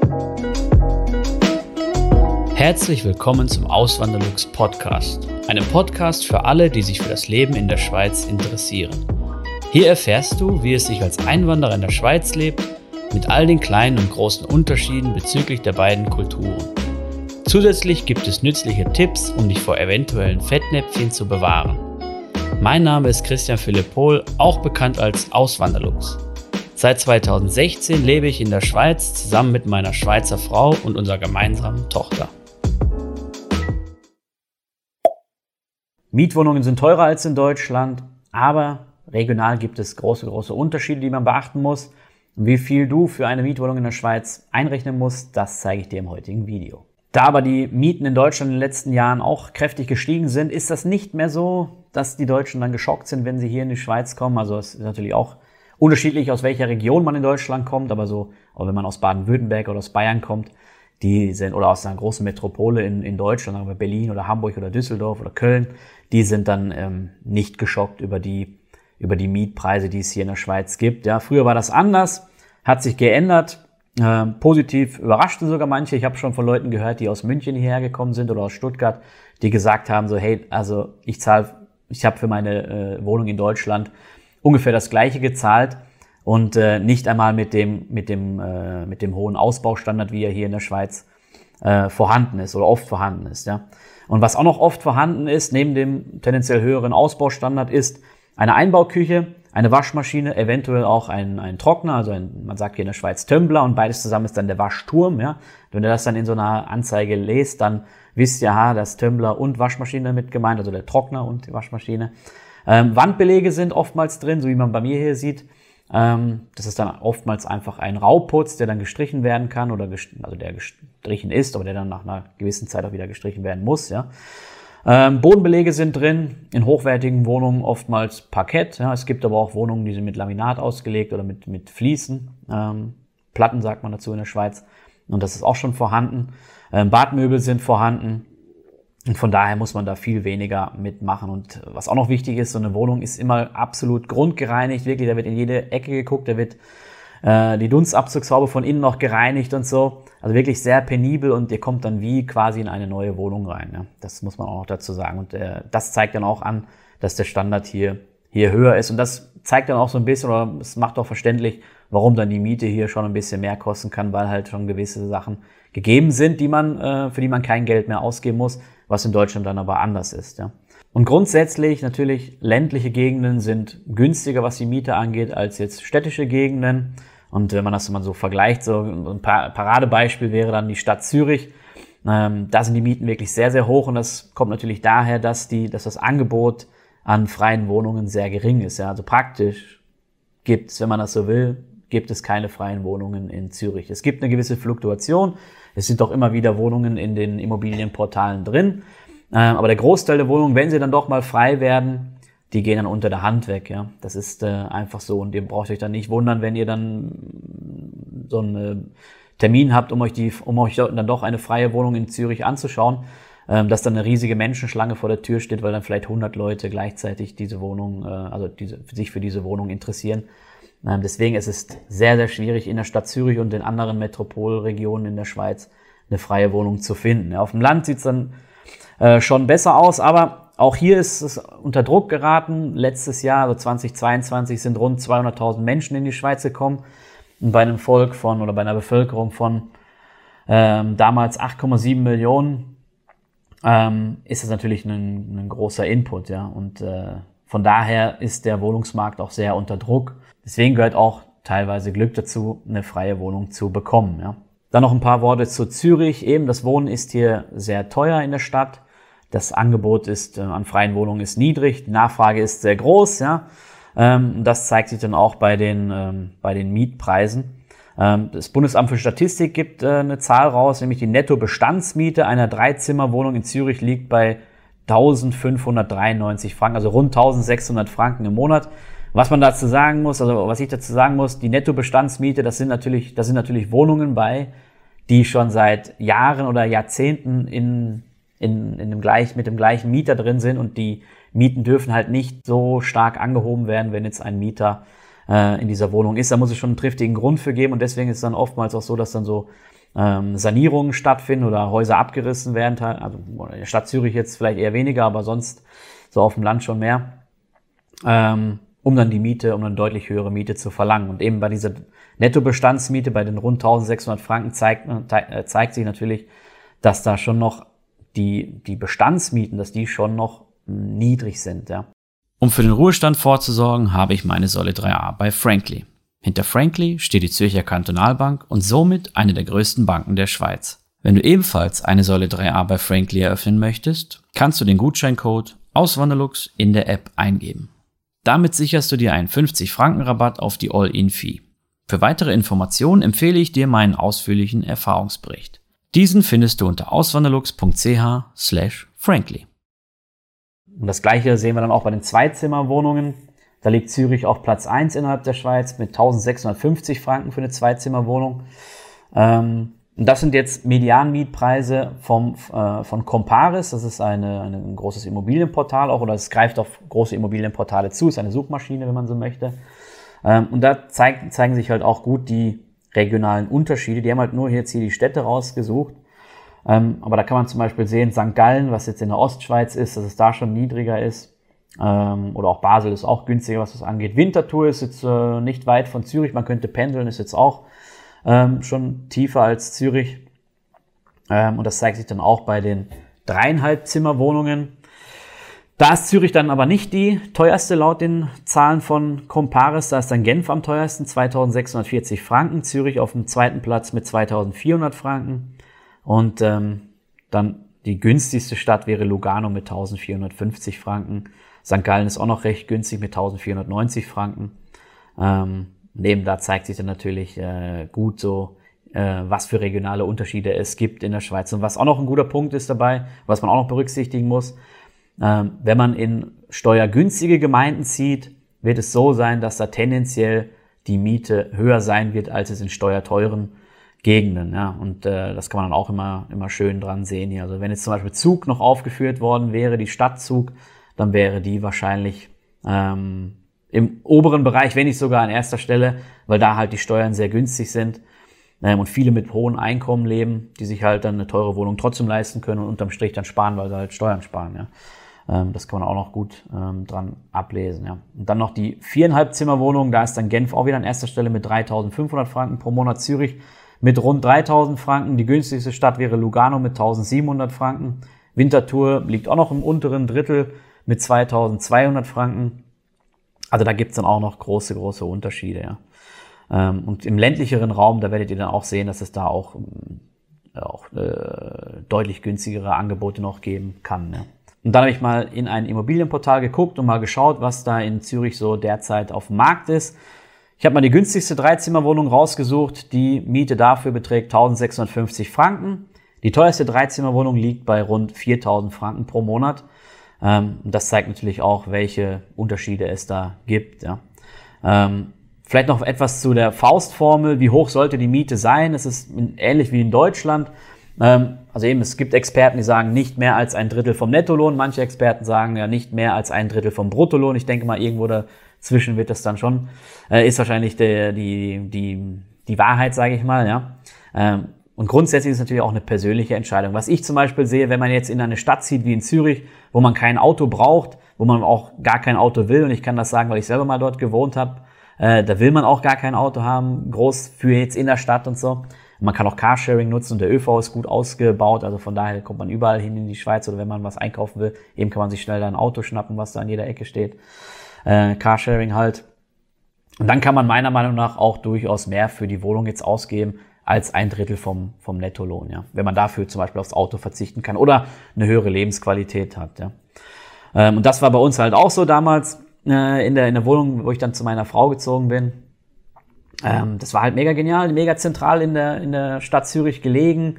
Herzlich willkommen zum Auswanderlux Podcast, einem Podcast für alle, die sich für das Leben in der Schweiz interessieren. Hier erfährst du, wie es sich als Einwanderer in der Schweiz lebt, mit all den kleinen und großen Unterschieden bezüglich der beiden Kulturen. Zusätzlich gibt es nützliche Tipps, um dich vor eventuellen Fettnäpfchen zu bewahren. Mein Name ist Christian Philipp Pohl, auch bekannt als Auswanderlux. Seit 2016 lebe ich in der Schweiz zusammen mit meiner Schweizer Frau und unserer gemeinsamen Tochter. Mietwohnungen sind teurer als in Deutschland, aber regional gibt es große Unterschiede, die man beachten muss. Und wie viel du für eine Mietwohnung in der Schweiz einrechnen musst, das zeige ich dir im heutigen Video. Da aber die Mieten in Deutschland in den letzten Jahren auch kräftig gestiegen sind, ist das nicht mehr so, dass die Deutschen dann geschockt sind, wenn sie hier in die Schweiz kommen. Also es ist natürlich auch unterschiedlich, aus welcher Region man in Deutschland kommt, aber wenn man aus Baden-Württemberg oder aus Bayern kommt, oder aus einer großen Metropole in Deutschland, aber Berlin oder Hamburg oder Düsseldorf oder Köln, die sind dann nicht geschockt über die Mietpreise, die es hier in der Schweiz gibt. Ja, früher war das anders, hat sich geändert. Positiv überraschten sogar manche. Ich habe schon von Leuten gehört, die aus München hierher gekommen sind oder aus Stuttgart, die gesagt haben so, hey, also ich habe für meine Wohnung in Deutschland ungefähr das Gleiche gezahlt und nicht einmal mit dem hohen Ausbaustandard, wie er hier in der Schweiz vorhanden ist oder oft vorhanden ist. Ja. Und was auch noch oft vorhanden ist, neben dem tendenziell höheren Ausbaustandard, ist eine Einbauküche, eine Waschmaschine, eventuell auch ein Trockner, also man sagt hier in der Schweiz Tumbler, und beides zusammen ist dann der Waschturm. Ja. Wenn ihr das dann in so einer Anzeige lest, dann wisst ihr, das Tumbler und Waschmaschine mit gemeint, also der Trockner und die Waschmaschine. Wandbelege sind oftmals drin, so wie man bei mir hier sieht. Das ist dann oftmals einfach ein Rauputz, der dann gestrichen werden kann der gestrichen ist, aber der dann nach einer gewissen Zeit auch wieder gestrichen werden muss. Ja. Bodenbelege sind drin, in hochwertigen Wohnungen oftmals Parkett. Ja. Es gibt aber auch Wohnungen, die sind mit Laminat ausgelegt oder mit Fliesen. Platten sagt man dazu in der Schweiz. Und das ist auch schon vorhanden. Badmöbel sind vorhanden. Und von daher muss man da viel weniger mitmachen. Und was auch noch wichtig ist, so eine Wohnung ist immer absolut grundgereinigt. Wirklich, da wird in jede Ecke geguckt, da wird die Dunstabzugshaube von innen noch gereinigt und so. Also wirklich sehr penibel, und ihr kommt dann wie quasi in eine neue Wohnung rein. Ja. Das muss man auch noch dazu sagen. Und das zeigt dann auch an, dass der Standard hier höher ist. Und das zeigt dann auch so ein bisschen, oder es macht auch verständlich, warum dann die Miete hier schon ein bisschen mehr kosten kann, weil halt schon gewisse Sachen gegeben sind, für die man kein Geld mehr ausgeben muss, was in Deutschland dann aber anders ist. Ja. Und grundsätzlich natürlich, ländliche Gegenden sind günstiger, was die Miete angeht, als jetzt städtische Gegenden. Und wenn man das mal so vergleicht, so ein Paradebeispiel wäre dann die Stadt Zürich. Da sind die Mieten wirklich sehr, sehr hoch, und das kommt natürlich daher, dass das Angebot an freien Wohnungen sehr gering ist. Ja. Also praktisch gibt es, wenn man das so will, gibt es keine freien Wohnungen in Zürich. Es gibt eine gewisse Fluktuation. Es sind doch immer wieder Wohnungen in den Immobilienportalen drin. Aber der Großteil der Wohnungen, wenn sie dann doch mal frei werden, die gehen dann unter der Hand weg. Ja. Das ist einfach so. Und ihr braucht euch dann nicht wundern, wenn ihr dann so einen Termin habt, um euch dann doch eine freie Wohnung in Zürich anzuschauen, dass dann eine riesige Menschenschlange vor der Tür steht, weil dann vielleicht 100 Leute gleichzeitig sich für diese Wohnung interessieren. Deswegen ist es sehr, sehr schwierig, in der Stadt Zürich und in anderen Metropolregionen in der Schweiz eine freie Wohnung zu finden. Ja, auf dem Land sieht es dann schon besser aus, aber auch hier ist es unter Druck geraten. Letztes Jahr, also 2022, sind rund 200.000 Menschen in die Schweiz gekommen. Und bei einer Bevölkerung von damals 8,7 Millionen ist es natürlich ein großer Input. Ja? Und von daher ist der Wohnungsmarkt auch sehr unter Druck. Deswegen gehört auch teilweise Glück dazu, eine freie Wohnung zu bekommen. Ja? Dann noch ein paar Worte zu Zürich. Eben, das Wohnen ist hier sehr teuer in der Stadt. Das Angebot an freien Wohnungen ist niedrig, die Nachfrage ist sehr groß. Ja? Das zeigt sich dann auch bei den Mietpreisen. Das Bundesamt für Statistik gibt eine Zahl raus, nämlich die Nettobestandsmiete einer Dreizimmerwohnung in Zürich liegt bei 1.593 Franken, also rund 1.600 Franken im Monat. Was ich dazu sagen muss, die Nettobestandsmiete, das sind natürlich Wohnungen die schon seit Jahren oder Jahrzehnten mit dem gleichen Mieter drin sind, und die Mieten dürfen halt nicht so stark angehoben werden, wenn jetzt ein Mieter in dieser Wohnung ist. Da muss es schon einen triftigen Grund für geben, und deswegen ist es dann oftmals auch so, dass dann so Sanierungen stattfinden oder Häuser abgerissen werden. Also in der Stadt Zürich jetzt vielleicht eher weniger, aber sonst so auf dem Land schon mehr. Um dann eine deutlich höhere Miete zu verlangen. Und eben bei dieser Nettobestandsmiete, bei den rund 1600 Franken zeigt sich natürlich, dass da schon noch die Bestandsmieten, dass die schon noch niedrig sind. Ja. Um für den Ruhestand vorzusorgen, habe ich meine Säule 3a bei Frankly. Hinter Frankly steht die Zürcher Kantonalbank und somit eine der größten Banken der Schweiz. Wenn du ebenfalls eine Säule 3a bei Frankly eröffnen möchtest, kannst du den Gutscheincode Auswanderlux in der App eingeben. Damit sicherst du dir einen 50 Franken Rabatt auf die All-In-Fee. Für weitere Informationen empfehle ich dir meinen ausführlichen Erfahrungsbericht. Diesen findest du unter auswanderlux.ch/frankly. Und das Gleiche sehen wir dann auch bei den Zweizimmerwohnungen. Da liegt Zürich auf Platz 1 innerhalb der Schweiz mit 1650 Franken für eine Zweizimmerwohnung. Und das sind jetzt Medianmietpreise von Comparis. Das ist ein großes Immobilienportal auch, oder es greift auf große Immobilienportale zu, ist eine Suchmaschine, wenn man so möchte. Und da zeigen sich halt auch gut die regionalen Unterschiede. Die haben halt nur jetzt hier die Städte rausgesucht. Aber da kann man zum Beispiel sehen, St. Gallen, was jetzt in der Ostschweiz ist, dass es da schon niedriger ist. Oder auch Basel ist auch günstiger, was das angeht. Winterthur ist jetzt nicht weit von Zürich. Man könnte pendeln, ist jetzt auch schon tiefer als Zürich. Und das zeigt sich dann auch bei den 3,5 Zimmerwohnungen. Da ist Zürich dann aber nicht die teuerste laut den Zahlen von Comparis. Da ist dann Genf am teuersten, 2640 Franken. Zürich auf dem zweiten Platz mit 2400 Franken. Und dann die günstigste Stadt wäre Lugano mit 1450 Franken. St. Gallen ist auch noch recht günstig mit 1490 Franken. Neben da zeigt sich dann natürlich gut so, was für regionale Unterschiede es gibt in der Schweiz. Und was auch noch ein guter Punkt ist dabei, was man auch noch berücksichtigen muss, wenn man in steuergünstige Gemeinden zieht, wird es so sein, dass da tendenziell die Miete höher sein wird, als es in steuerteuren Gegenden. Ja. Und das kann man dann auch immer schön dran sehen hier. Also wenn jetzt zum Beispiel Zug noch aufgeführt worden wäre, die Stadt Zug, dann wäre die wahrscheinlich im oberen Bereich, wenn nicht sogar an erster Stelle, weil da halt die Steuern sehr günstig sind und viele mit hohen Einkommen leben, die sich halt dann eine teure Wohnung trotzdem leisten können und unterm Strich dann sparen, weil sie halt Steuern sparen. Ja. Das kann man auch noch gut dran ablesen. Ja. Und dann noch die 4,5 Zimmerwohnung, da ist dann Genf auch wieder an erster Stelle mit 3.500 Franken pro Monat, Zürich mit rund 3.000 Franken. Die günstigste Stadt wäre Lugano mit 1.700 Franken. Winterthur liegt auch noch im unteren Drittel mit 2.200 Franken. Also da gibt's dann auch noch große Unterschiede. Ja. Und im ländlicheren Raum, da werdet ihr dann auch sehen, dass es da auch deutlich günstigere Angebote noch geben kann. Ja. Und dann habe ich mal in ein Immobilienportal geguckt und mal geschaut, was da in Zürich so derzeit auf dem Markt ist. Ich habe mal die günstigste Dreizimmerwohnung rausgesucht. Die Miete dafür beträgt 1.650 Franken. Die teuerste Dreizimmerwohnung liegt bei rund 4.000 Franken pro Monat. Das zeigt natürlich auch, welche Unterschiede es da gibt. Ja. Vielleicht noch etwas zu der Faustformel. Wie hoch sollte die Miete sein? Es ist ähnlich wie in Deutschland. Also eben, es gibt Experten, die sagen nicht mehr als 1/3 vom Nettolohn. Manche Experten sagen ja nicht mehr als 1/3 vom Bruttolohn. Ich denke mal, irgendwo dazwischen wird das dann schon, ist wahrscheinlich die Wahrheit, sage ich mal. Ja. Und grundsätzlich ist es natürlich auch eine persönliche Entscheidung. Was ich zum Beispiel sehe, wenn man jetzt in eine Stadt zieht wie in Zürich, wo man kein Auto braucht, wo man auch gar kein Auto will, und ich kann das sagen, weil ich selber mal dort gewohnt habe, da will man auch gar kein Auto haben, groß für jetzt in der Stadt und so. Man kann auch Carsharing nutzen und der ÖV ist gut ausgebaut, also von daher kommt man überall hin in die Schweiz, oder wenn man was einkaufen will, eben kann man sich schnell da ein Auto schnappen, was da an jeder Ecke steht. Carsharing halt. Und dann kann man meiner Meinung nach auch durchaus mehr für die Wohnung jetzt ausgeben, als 1/3 vom Nettolohn, ja. Wenn man dafür zum Beispiel aufs Auto verzichten kann oder eine höhere Lebensqualität hat, ja. Und das war bei uns halt auch so damals in der Wohnung, wo ich dann zu meiner Frau gezogen bin. Das war halt mega genial, mega zentral in der Stadt Zürich gelegen,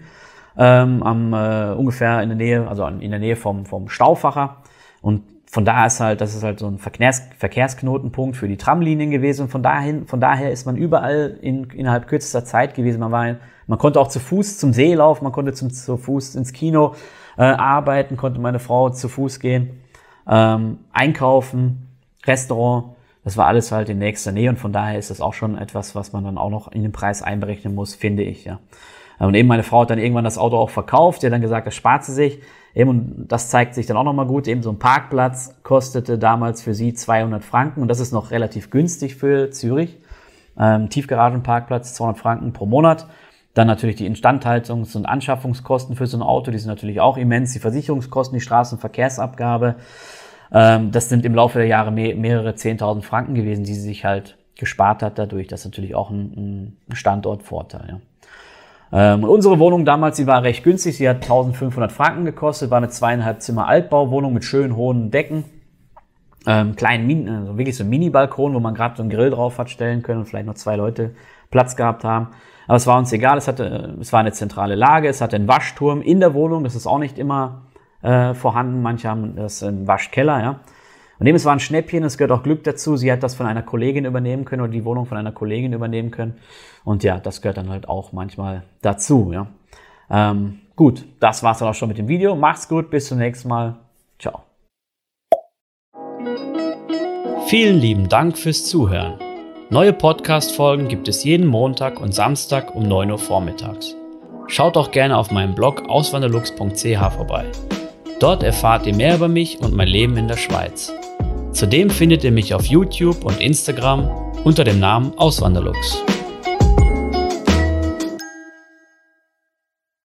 ungefähr in der Nähe vom Stauffacher. Und von daher das ist halt so ein Verkehrsknotenpunkt für die Tramlinien gewesen. Und von daher ist man überall innerhalb kürzester Zeit gewesen. Man konnte auch zu Fuß zum See laufen, man konnte zu Fuß ins Kino arbeiten, konnte meine Frau zu Fuß gehen, einkaufen, Restaurant. Das war alles halt in nächster Nähe, und von daher ist das auch schon etwas, was man dann auch noch in den Preis einberechnen muss, finde ich, ja. Und eben meine Frau hat dann irgendwann das Auto auch verkauft. Sie hat dann gesagt, das spart sie sich. Eben, und das zeigt sich dann auch nochmal gut. Eben so ein Parkplatz kostete damals für sie 200 Franken. Und das ist noch relativ günstig für Zürich. Tiefgaragenparkplatz, 200 Franken pro Monat. Dann natürlich die Instandhaltungs- und Anschaffungskosten für so ein Auto, die sind natürlich auch immens. Die Versicherungskosten, die Straßenverkehrsabgabe. Das sind im Laufe der Jahre mehrere 10.000 Franken gewesen, die sie sich halt gespart hat dadurch. Das ist natürlich auch ein Standortvorteil. Ja. Und unsere Wohnung damals, die war recht günstig. Sie hat 1.500 Franken gekostet, war eine 2,5 Zimmer Altbauwohnung mit schön hohen Decken. Kleinen, wirklich so ein Mini-Balkon, wo man gerade so einen Grill drauf hat stellen können und vielleicht noch 2 Leute Platz gehabt haben. Aber es war uns egal, es war eine zentrale Lage, es hatte einen Waschturm in der Wohnung, das ist auch nicht immer vorhanden, manche haben das im Waschkeller, ja. Und eben, es war ein Schnäppchen, es gehört auch Glück dazu, sie hat das von einer Kollegin übernehmen können oder die Wohnung von einer Kollegin übernehmen können. Und ja, das gehört dann halt auch manchmal dazu, ja. Gut, das war's dann auch schon mit dem Video. Macht's gut, bis zum nächsten Mal. Ciao. Vielen lieben Dank fürs Zuhören. Neue Podcast-Folgen gibt es jeden Montag und Samstag um 9 Uhr vormittags. Schaut auch gerne auf meinem Blog auswanderlux.ch vorbei. Dort erfahrt ihr mehr über mich und mein Leben in der Schweiz. Zudem findet ihr mich auf YouTube und Instagram unter dem Namen Auswanderlux.